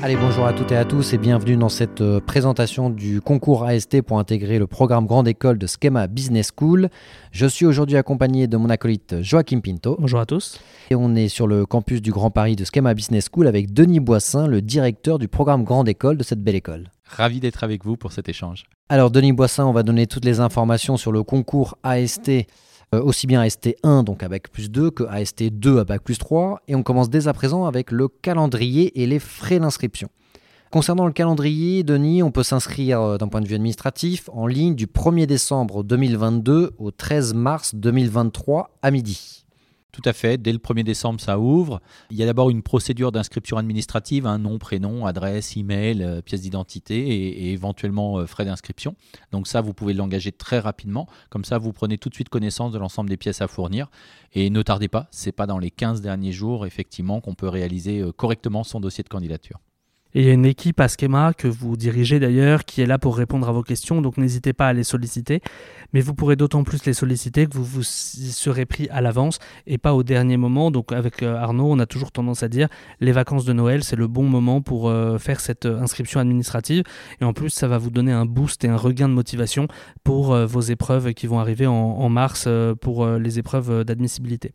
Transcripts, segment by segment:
Allez, bonjour à toutes et à tous et bienvenue dans cette présentation du concours AST pour intégrer le programme Grande École de Schema Business School. Je suis aujourd'hui accompagné de mon acolyte Joachim Pinto. Bonjour à tous. Et on est sur le campus du Grand Paris de Schema Business School avec Denis Boissin, le directeur du programme Grande École de cette belle école. Ravi d'être avec vous pour cet échange. Alors Denis Boissin, on va donner toutes les informations sur le concours AST, aussi bien AST1 donc à Bac plus 2 que AST2 à Bac plus 3. Et on commence dès à présent avec le calendrier et les frais d'inscription. Concernant le calendrier, Denis, on peut s'inscrire d'un point de vue administratif en ligne du 1er décembre 2022 au 13 mars 2023 à midi. Tout à fait, dès le 1er décembre, ça ouvre. Il y a d'abord une procédure d'inscription administrative, nom, prénom, adresse, email, pièce d'identité et éventuellement frais d'inscription. Donc ça, vous pouvez l'engager très rapidement. Comme ça, vous prenez tout de suite connaissance de l'ensemble des pièces à fournir. Et ne tardez pas, ce n'est pas dans les 15 derniers jours, effectivement, qu'on peut réaliser correctement son dossier de candidature. Et il y a une équipe à Schema que vous dirigez d'ailleurs qui est là pour répondre à vos questions, donc n'hésitez pas à les solliciter. Mais vous pourrez d'autant plus les solliciter que vous vous serez pris à l'avance et pas au dernier moment. Donc avec Arnaud, on a toujours tendance à dire les vacances de Noël, c'est le bon moment pour faire cette inscription administrative. Et en plus, ça va vous donner un boost et un regain de motivation pour vos épreuves qui vont arriver en mars pour les épreuves d'admissibilité.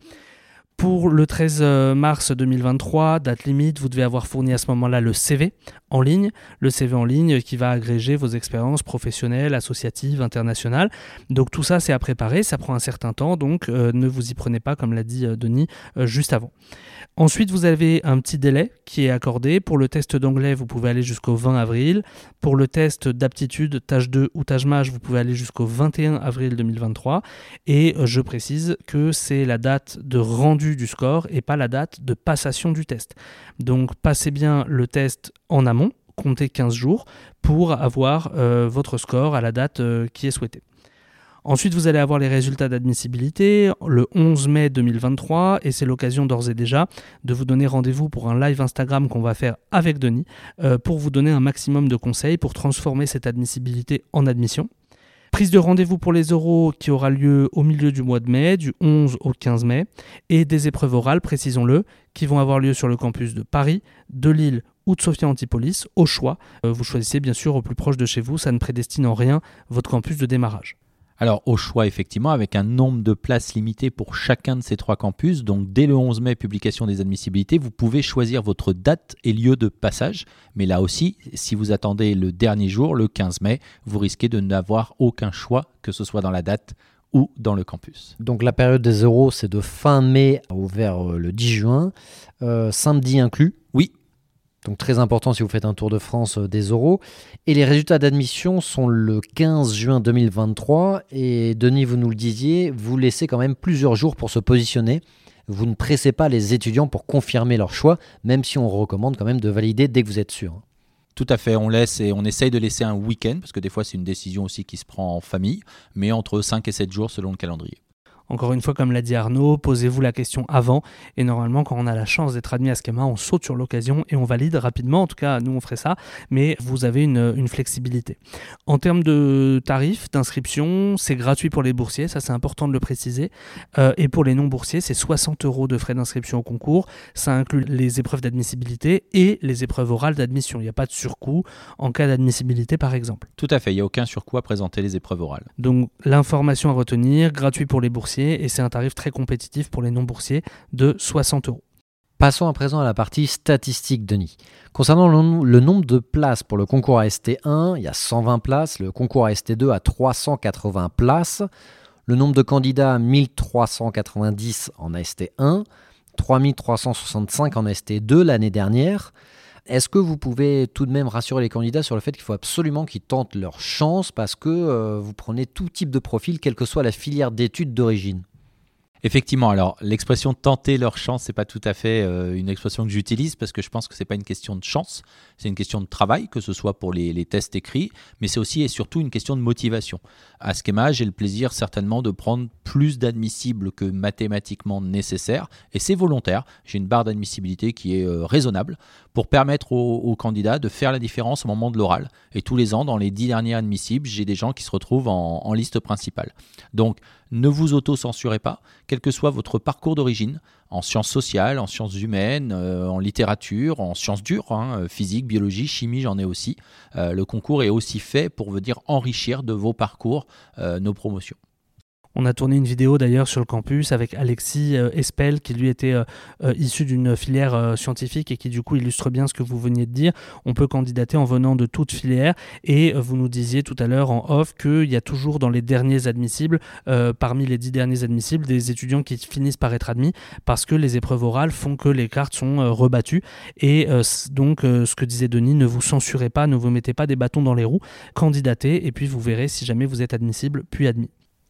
Pour le 13 mars 2023, date limite, vous devez avoir fourni à ce moment-là le CV en ligne. Le CV en ligne qui va agréger vos expériences professionnelles, associatives, internationales. Donc tout ça, c'est à préparer. Ça prend un certain temps, donc ne vous y prenez pas, comme l'a dit Denis, juste avant. Ensuite, vous avez un petit délai qui est accordé. Pour le test d'anglais, vous pouvez aller jusqu'au 20 avril. Pour le test d'aptitude, tâche 2 ou tâche MAJ, vous pouvez aller jusqu'au 21 avril 2023. Et je précise que c'est la date de rendu du score et pas la date de passation du test. Donc, passez bien le test en amont, comptez 15 jours pour avoir votre score à la date qui est souhaitée. Ensuite, vous allez avoir les résultats d'admissibilité le 11 mai 2023 et c'est l'occasion d'ores et déjà de vous donner rendez-vous pour un live Instagram qu'on va faire avec Denis pour vous donner un maximum de conseils pour transformer cette admissibilité en admission. Prise de rendez-vous pour les oraux qui aura lieu au milieu du mois de mai, du 11 au 15 mai, et des épreuves orales, précisons-le, qui vont avoir lieu sur le campus de Paris, de Lille ou de Sophia Antipolis, au choix. Vous choisissez bien sûr au plus proche de chez vous, ça ne prédestine en rien votre campus de démarrage. Alors au choix effectivement avec un nombre de places limité pour chacun de ces 3 campus. Donc dès le 11 mai, publication des admissibilités, vous pouvez choisir votre date et lieu de passage. Mais là aussi, si vous attendez le dernier jour, le 15 mai, vous risquez de n'avoir aucun choix, que ce soit dans la date ou dans le campus. Donc la période des oraux, c'est de fin mai vers le 10 juin, samedi inclus. Oui. Donc très important si vous faites un tour de France des oraux. Et les résultats d'admission sont le 15 juin 2023. Et Denis, vous nous le disiez, vous laissez quand même plusieurs jours pour se positionner. Vous ne pressez pas les étudiants pour confirmer leur choix, même si on recommande quand même de valider dès que vous êtes sûr. Tout à fait, on laisse et on essaye de laisser un week-end, parce que des fois c'est une décision aussi qui se prend en famille, mais entre 5 et 7 jours selon le calendrier. Encore une fois, comme l'a dit Arnaud, posez-vous la question avant. Et normalement, quand on a la chance d'être admis à Schema, on saute sur l'occasion et on valide rapidement. En tout cas, nous, on ferait ça. Mais vous avez une flexibilité. En termes de tarifs d'inscription, c'est gratuit pour les boursiers. Ça, c'est important de le préciser. Et pour les non-boursiers, c'est 60 € de frais d'inscription au concours. Ça inclut les épreuves d'admissibilité et les épreuves orales d'admission. Il n'y a pas de surcoût en cas d'admissibilité, par exemple. Tout à fait, il n'y a aucun surcoût à présenter les épreuves orales. Donc, l'information à retenir, gratuit pour les boursiers. Et c'est un tarif très compétitif pour les non-boursiers de 60 €. Passons à présent à la partie statistique, Denis. Concernant le nombre de places pour le concours AST1, il y a 120 places, le concours AST2 a 380 places, le nombre de candidats 1390 en AST1, 3365 en AST2 l'année dernière. Est-ce que vous pouvez tout de même rassurer les candidats sur le fait qu'il faut absolument qu'ils tentent leur chance parce que vous prenez tout type de profil, quelle que soit la filière d'études d'origine ? Effectivement, alors l'expression tenter leur chance, c'est pas tout à fait une expression que j'utilise parce que je pense que c'est pas une question de chance, c'est une question de travail, que ce soit pour les tests écrits, mais c'est aussi et surtout une question de motivation. À Schema, j'ai le plaisir certainement de prendre plus d'admissibles que mathématiquement nécessaire et c'est volontaire. J'ai une barre d'admissibilité qui est raisonnable pour permettre aux candidats de faire la différence au moment de l'oral. Et tous les ans, dans les 10 derniers admissibles, j'ai des gens qui se retrouvent en liste principale. Donc, ne vous auto-censurez pas, quel que soit votre parcours d'origine, en sciences sociales, en sciences humaines, en littérature, en sciences dures, physique, biologie, chimie, j'en ai aussi. Le concours est aussi fait pour venir enrichir de vos parcours nos promotions. On a tourné une vidéo d'ailleurs sur le campus avec Alexis Espel qui lui était issu d'une filière scientifique et qui du coup illustre bien ce que vous veniez de dire. On peut candidater en venant de toute filière et vous nous disiez tout à l'heure en off qu'il y a toujours dans les derniers admissibles, parmi les 10 derniers admissibles, des étudiants qui finissent par être admis parce que les épreuves orales font que les cartes sont rebattues et donc ce que disait Denis, ne vous censurez pas, ne vous mettez pas des bâtons dans les roues, candidatez et puis vous verrez si jamais vous êtes admissible puis admis.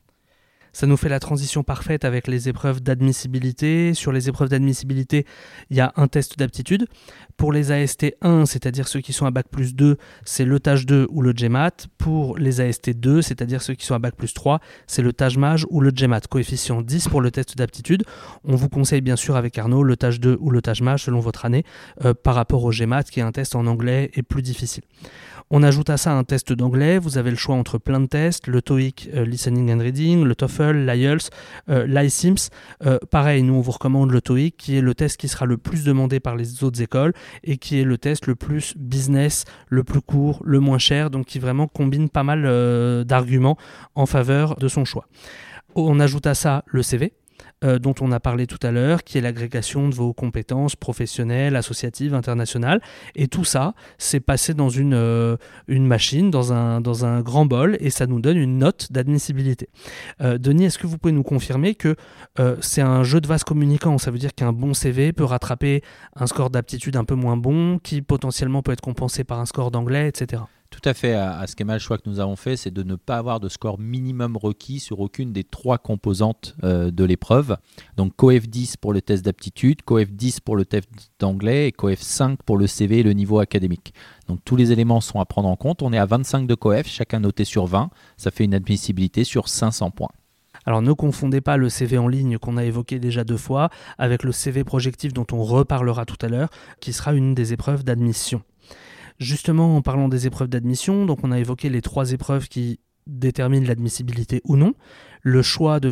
Ça nous fait la transition parfaite avec les épreuves d'admissibilité. Sur les épreuves d'admissibilité, il y a un test d'aptitude. Pour les AST1, c'est-à-dire ceux qui sont à Bac+2, c'est le TAGE2 ou le GMAT. Pour les AST2, c'est-à-dire ceux qui sont à Bac+3, c'est le TAGE-MAGE ou le GMAT. Coefficient 10 pour le test d'aptitude. On vous conseille bien sûr avec Arnaud le TAGE2 ou le TAGE-MAGE selon votre année par rapport au GMAT qui est un test en anglais et plus difficile. On ajoute à ça un test d'anglais. Vous avez le choix entre plein de tests, le TOEIC Listening and Reading, le TOEFL, l'IELTS, l'ICIMS. Pareil, nous on vous recommande le TOEIC qui est le test qui sera le plus demandé par les autres écoles et qui est le test le plus business, le plus court, le moins cher, donc qui vraiment combine pas mal d'arguments en faveur de son choix. On ajoute à ça le CV. Dont on a parlé tout à l'heure, qui est l'agrégation de vos compétences professionnelles, associatives, internationales. Et tout ça, c'est passé dans une machine, dans un grand bol, et ça nous donne une note d'admissibilité. Denis, est-ce que vous pouvez nous confirmer que c'est un jeu de vase communicant? Ça veut dire qu'un bon CV peut rattraper un score d'aptitude un peu moins bon, qui potentiellement peut être compensé par un score d'anglais, etc. Tout à fait. À Schema, le choix que nous avons fait, c'est de ne pas avoir de score minimum requis sur aucune des 3 composantes de l'épreuve. Donc COEF 10 pour le test d'aptitude, COEF 10 pour le test d'anglais et COEF 5 pour le CV et le niveau académique. Donc tous les éléments sont à prendre en compte. On est à 25 de COEF, chacun noté sur 20. Ça fait une admissibilité sur 500 points. Alors ne confondez pas le CV en ligne qu'on a évoqué déjà 2 fois avec le CV projectif dont on reparlera tout à l'heure, qui sera une des épreuves d'admission. Justement, en parlant des épreuves d'admission, donc on a évoqué les 3 épreuves qui déterminent l'admissibilité ou non, le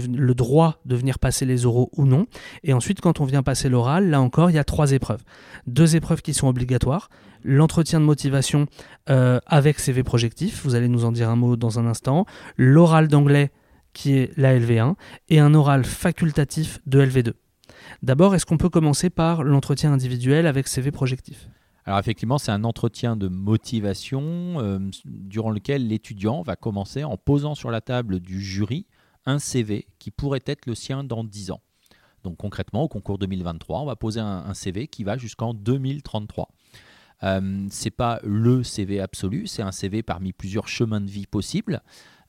droit de venir passer les oraux ou non, et ensuite quand on vient passer l'oral, là encore, il y a 3 épreuves. 2 épreuves qui sont obligatoires, l'entretien de motivation avec CV projectif, vous allez nous en dire un mot dans un instant, l'oral d'anglais qui est la LV1, et un oral facultatif de LV2. D'abord, est-ce qu'on peut commencer par l'entretien individuel avec CV projectif ? Alors effectivement, c'est un entretien de motivation durant lequel l'étudiant va commencer en posant sur la table du jury un CV qui pourrait être le sien dans 10 ans. Donc concrètement, au concours 2023, on va poser un CV qui va jusqu'en 2033. C'est pas le CV absolu, c'est un CV parmi plusieurs chemins de vie possibles.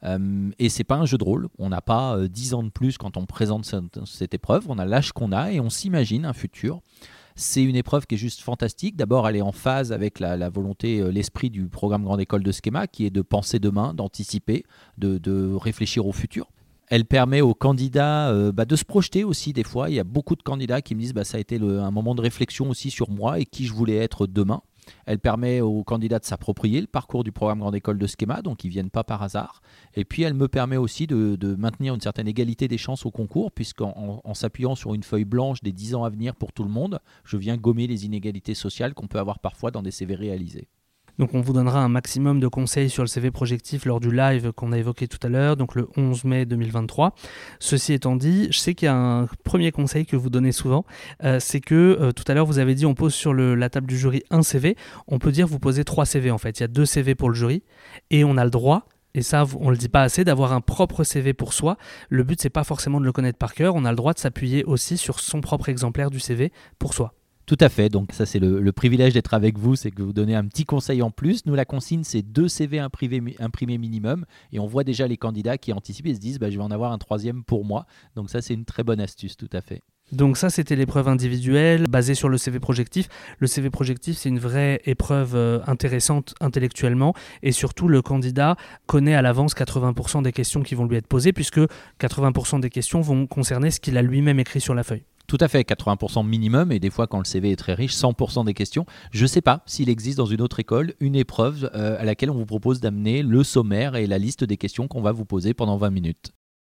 Et c'est pas un jeu de rôle. On n'a pas 10 ans de plus quand on présente cette épreuve. On a l'âge qu'on a et on s'imagine un futur. C'est une épreuve qui est juste fantastique. D'abord, elle est en phase avec la volonté, l'esprit du programme Grande École de Schema, qui est de penser demain, d'anticiper, de réfléchir au futur. Elle permet aux candidats de se projeter aussi des fois. Il y a beaucoup de candidats qui me disent ça a été un moment de réflexion aussi sur moi et qui je voulais être demain. Elle permet aux candidats de s'approprier le parcours du programme Grande École de Schema, donc ils ne viennent pas par hasard. Et puis elle me permet aussi de maintenir une certaine égalité des chances au concours, puisqu'en s'appuyant sur une feuille blanche des 10 ans à venir pour tout le monde, je viens gommer les inégalités sociales qu'on peut avoir parfois dans des CV réalisés. Donc on vous donnera un maximum de conseils sur le CV projectif lors du live qu'on a évoqué tout à l'heure, donc le 11 mai 2023. Ceci étant dit, je sais qu'il y a un premier conseil que vous donnez souvent, c'est que tout à l'heure vous avez dit on pose sur la table du jury un CV, on peut dire vous posez 3 CV en fait. Il y a 2 CV pour le jury et on a le droit, et ça on ne le dit pas assez, d'avoir un propre CV pour soi. Le but c'est pas forcément de le connaître par cœur, on a le droit de s'appuyer aussi sur son propre exemplaire du CV pour soi. Tout à fait, donc ça c'est le privilège d'être avec vous, c'est que vous donnez un petit conseil en plus. Nous la consigne c'est 2 CV imprimés minimum et on voit déjà les candidats qui anticipent et se disent je vais en avoir un 3e pour moi. Donc ça c'est une très bonne astuce, tout à fait. Donc ça c'était l'épreuve individuelle basée sur le CV projectif. Le CV projectif c'est une vraie épreuve intéressante intellectuellement et surtout le candidat connaît à l'avance 80% des questions qui vont lui être posées puisque 80% des questions vont concerner ce qu'il a lui-même écrit sur la feuille. Tout à fait, 80% minimum, et des fois quand le CV est très riche, 100% des questions. Je ne sais pas s'il existe dans une autre école une épreuve à laquelle on vous propose d'amener le sommaire et la liste des questions qu'on va vous poser pendant 20 minutes.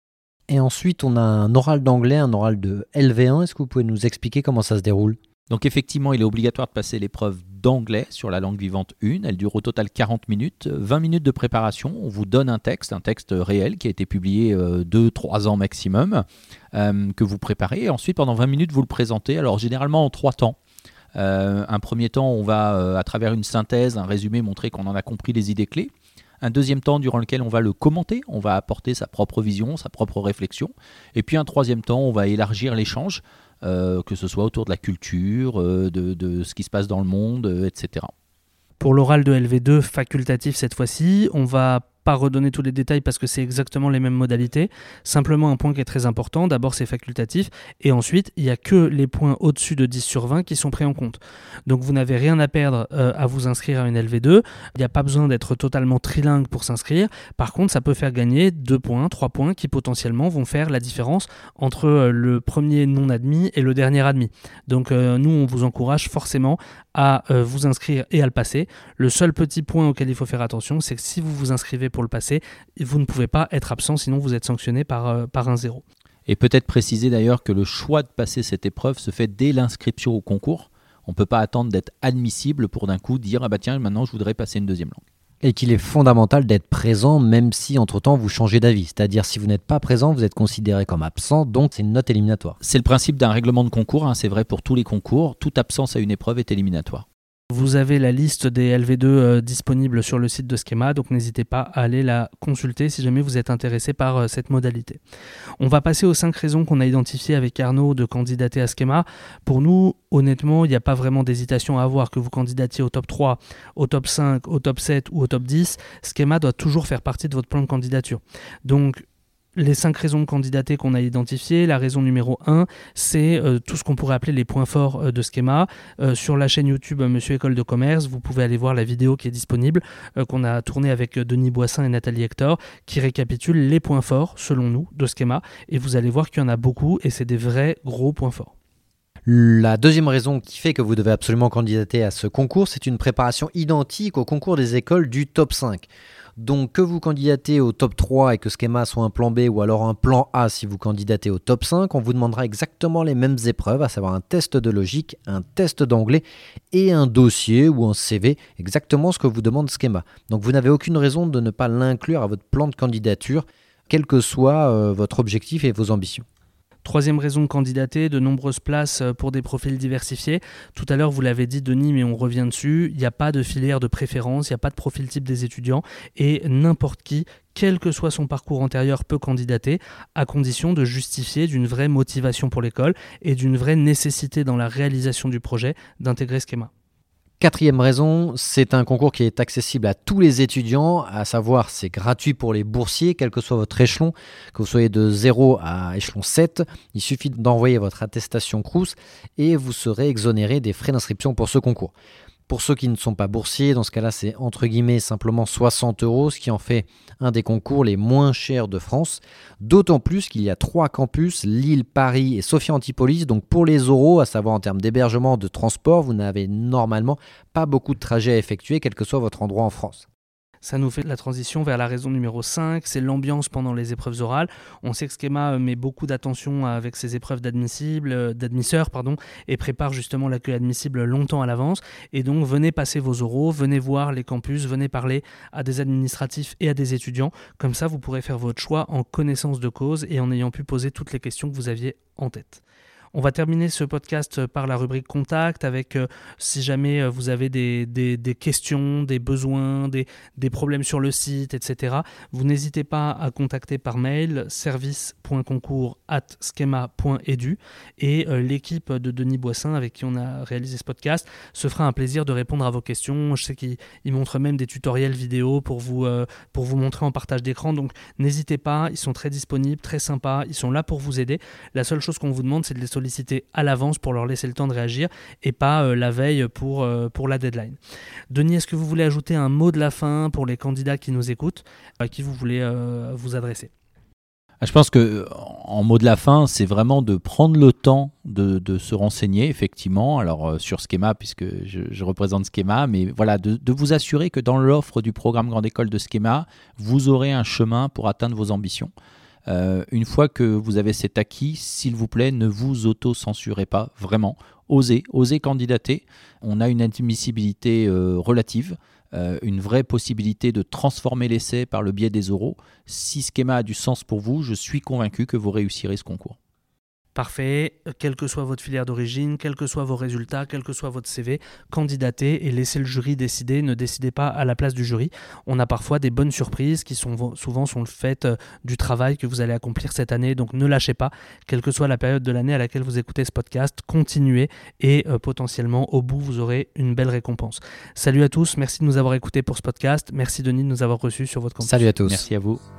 Et ensuite, on a un oral d'anglais, un oral de LV1. Est-ce que vous pouvez nous expliquer comment ça se déroule ? Donc effectivement, il est obligatoire de passer l'épreuve d'anglais sur la langue vivante 1. Elle dure au total 40 minutes, 20 minutes de préparation. On vous donne un texte réel qui a été publié 2-3 ans maximum, que vous préparez. Et ensuite, pendant 20 minutes, vous le présentez. Alors généralement en 3 temps. Un premier temps, on va, à travers une synthèse, un résumé, montrer qu'on en a compris les idées clés. Un deuxième temps durant lequel on va le commenter, on va apporter sa propre vision, sa propre réflexion. Et puis un troisième temps, on va élargir l'échange, que ce soit autour de la culture, de ce qui se passe dans le monde, etc. Pour l'oral de LV2 facultatif cette fois-ci, on va pas redonner tous les détails parce que c'est exactement les mêmes modalités. Simplement un point qui est très important, d'abord c'est facultatif et ensuite il n'y a que les points au-dessus de 10 sur 20 qui sont pris en compte. Donc vous n'avez rien à perdre à vous inscrire à une LV2. Il n'y a pas besoin d'être totalement trilingue pour s'inscrire. Par contre, ça peut faire gagner 2 points, 3 points qui potentiellement vont faire la différence entre le premier non admis et le dernier admis. Donc nous on vous encourage forcément à vous inscrire et à le passer. Le seul petit point auquel il faut faire attention, c'est que si vous vous inscrivez pour le passer, vous ne pouvez pas être absent, sinon vous êtes sanctionné par un 0. Et peut-être préciser d'ailleurs que le choix de passer cette épreuve se fait dès l'inscription au concours. On ne peut pas attendre d'être admissible pour d'un coup dire « Ah bah tiens, maintenant je voudrais passer une deuxième langue ». Et qu'il est fondamental d'être présent même si entre-temps vous changez d'avis. C'est-à-dire si vous n'êtes pas présent, vous êtes considéré comme absent, donc c'est une note éliminatoire. C'est le principe d'un règlement de concours, c'est vrai pour tous les concours. Toute absence à une épreuve est éliminatoire. Vous avez la liste des LV2 disponibles sur le site de Schema, donc n'hésitez pas à aller la consulter si jamais vous êtes intéressé par cette modalité. On va passer aux 5 raisons qu'on a identifiées avec Arnaud de candidater à Schema. Pour nous, honnêtement, il n'y a pas vraiment d'hésitation à avoir que vous candidatiez au top 3, au top 5, au top 7 ou au top 10. Schema doit toujours faire partie de votre plan de candidature. Donc, les 5 raisons de candidater qu'on a identifiées, la raison numéro 1, c'est tout ce qu'on pourrait appeler les points forts de Schema. Sur la chaîne YouTube Monsieur École de Commerce, vous pouvez aller voir la vidéo qui est disponible, qu'on a tournée avec Denis Boissin et Nathalie Hector, qui récapitule les points forts, selon nous, de Schema. Et vous allez voir qu'il y en a beaucoup et c'est des vrais gros points forts. La deuxième raison qui fait que vous devez absolument candidater à ce concours, c'est une préparation identique au concours des écoles du top 5. Donc que vous candidatez au top 3 et que Schema soit un plan B ou alors un plan A si vous candidatez au top 5, on vous demandera exactement les mêmes épreuves, à savoir un test de logique, un test d'anglais et un dossier ou un CV, exactement ce que vous demande Schema. Donc vous n'avez aucune raison de ne pas l'inclure à votre plan de candidature, quel que soit votre objectif et vos ambitions. Troisième raison de candidater, de nombreuses places pour des profils diversifiés. Tout à l'heure, vous l'avez dit Denis, mais on revient dessus, il n'y a pas de filière de préférence, il n'y a pas de profil type des étudiants et n'importe qui, quel que soit son parcours antérieur, peut candidater à condition de justifier d'une vraie motivation pour l'école et d'une vraie nécessité dans la réalisation du projet d'intégrer Schema. Quatrième raison, c'est un concours qui est accessible à tous les étudiants, à savoir c'est gratuit pour les boursiers, quel que soit votre échelon, que vous soyez de 0 à échelon 7, il suffit d'envoyer votre attestation Crous et vous serez exonéré des frais d'inscription pour ce concours. Pour ceux qui ne sont pas boursiers, dans ce cas-là, c'est entre guillemets simplement 60 €, ce qui en fait un des concours les moins chers de France. D'autant plus qu'il y a 3 campus, Lille, Paris et Sophia Antipolis. Donc pour les euros, à savoir en termes d'hébergement, de transport, vous n'avez normalement pas beaucoup de trajets à effectuer, quel que soit votre endroit en France. Ça nous fait la transition vers la raison numéro 5, c'est l'ambiance pendant les épreuves orales. On sait que Schema met beaucoup d'attention avec ses épreuves d'admisseurs et prépare justement l'accueil admissible longtemps à l'avance. Et donc venez passer vos oraux, venez voir les campus, venez parler à des administratifs et à des étudiants. Comme ça, vous pourrez faire votre choix en connaissance de cause et en ayant pu poser toutes les questions que vous aviez en tête. On va terminer ce podcast par la rubrique contact avec si jamais vous avez des questions, des besoins, des problèmes sur le site, etc. Vous n'hésitez pas à contacter par mail service.concours@schema.edu et l'équipe de Denis Boissin avec qui on a réalisé ce podcast se fera un plaisir de répondre à vos questions. Je sais qu'il montre même des tutoriels vidéo pour vous montrer en partage d'écran. Donc n'hésitez pas, ils sont très disponibles, très sympas, ils sont là pour vous aider. La seule chose qu'on vous demande, c'est de les solliciter à l'avance pour leur laisser le temps de réagir et pas la veille pour la deadline. Denis, est-ce que vous voulez ajouter un mot de la fin pour les candidats qui nous écoutent, à qui vous voulez vous adresser ? Je pense qu'en mot de la fin, c'est vraiment de prendre le temps de se renseigner, effectivement, alors sur Schema, puisque je représente Schema, mais voilà, de vous assurer que dans l'offre du programme Grande École de Schema, vous aurez un chemin pour atteindre vos ambitions. Une fois que vous avez cet acquis, s'il vous plaît, ne vous auto-censurez pas, vraiment. Osez candidater. On a une admissibilité relative, une vraie possibilité de transformer l'essai par le biais des oraux. Si Schema a du sens pour vous, je suis convaincu que vous réussirez ce concours. Parfait, quelle que soit votre filière d'origine, quels que soient vos résultats, quel que soit votre CV, candidatez et laissez le jury décider, ne décidez pas à la place du jury. On a parfois des bonnes surprises qui souvent sont le fait du travail que vous allez accomplir cette année, donc ne lâchez pas, quelle que soit la période de l'année à laquelle vous écoutez ce podcast, continuez et potentiellement au bout vous aurez une belle récompense. Salut à tous, merci de nous avoir écoutés pour ce podcast, merci Denis de nous avoir reçus sur votre campus. Salut à tous. Merci à vous.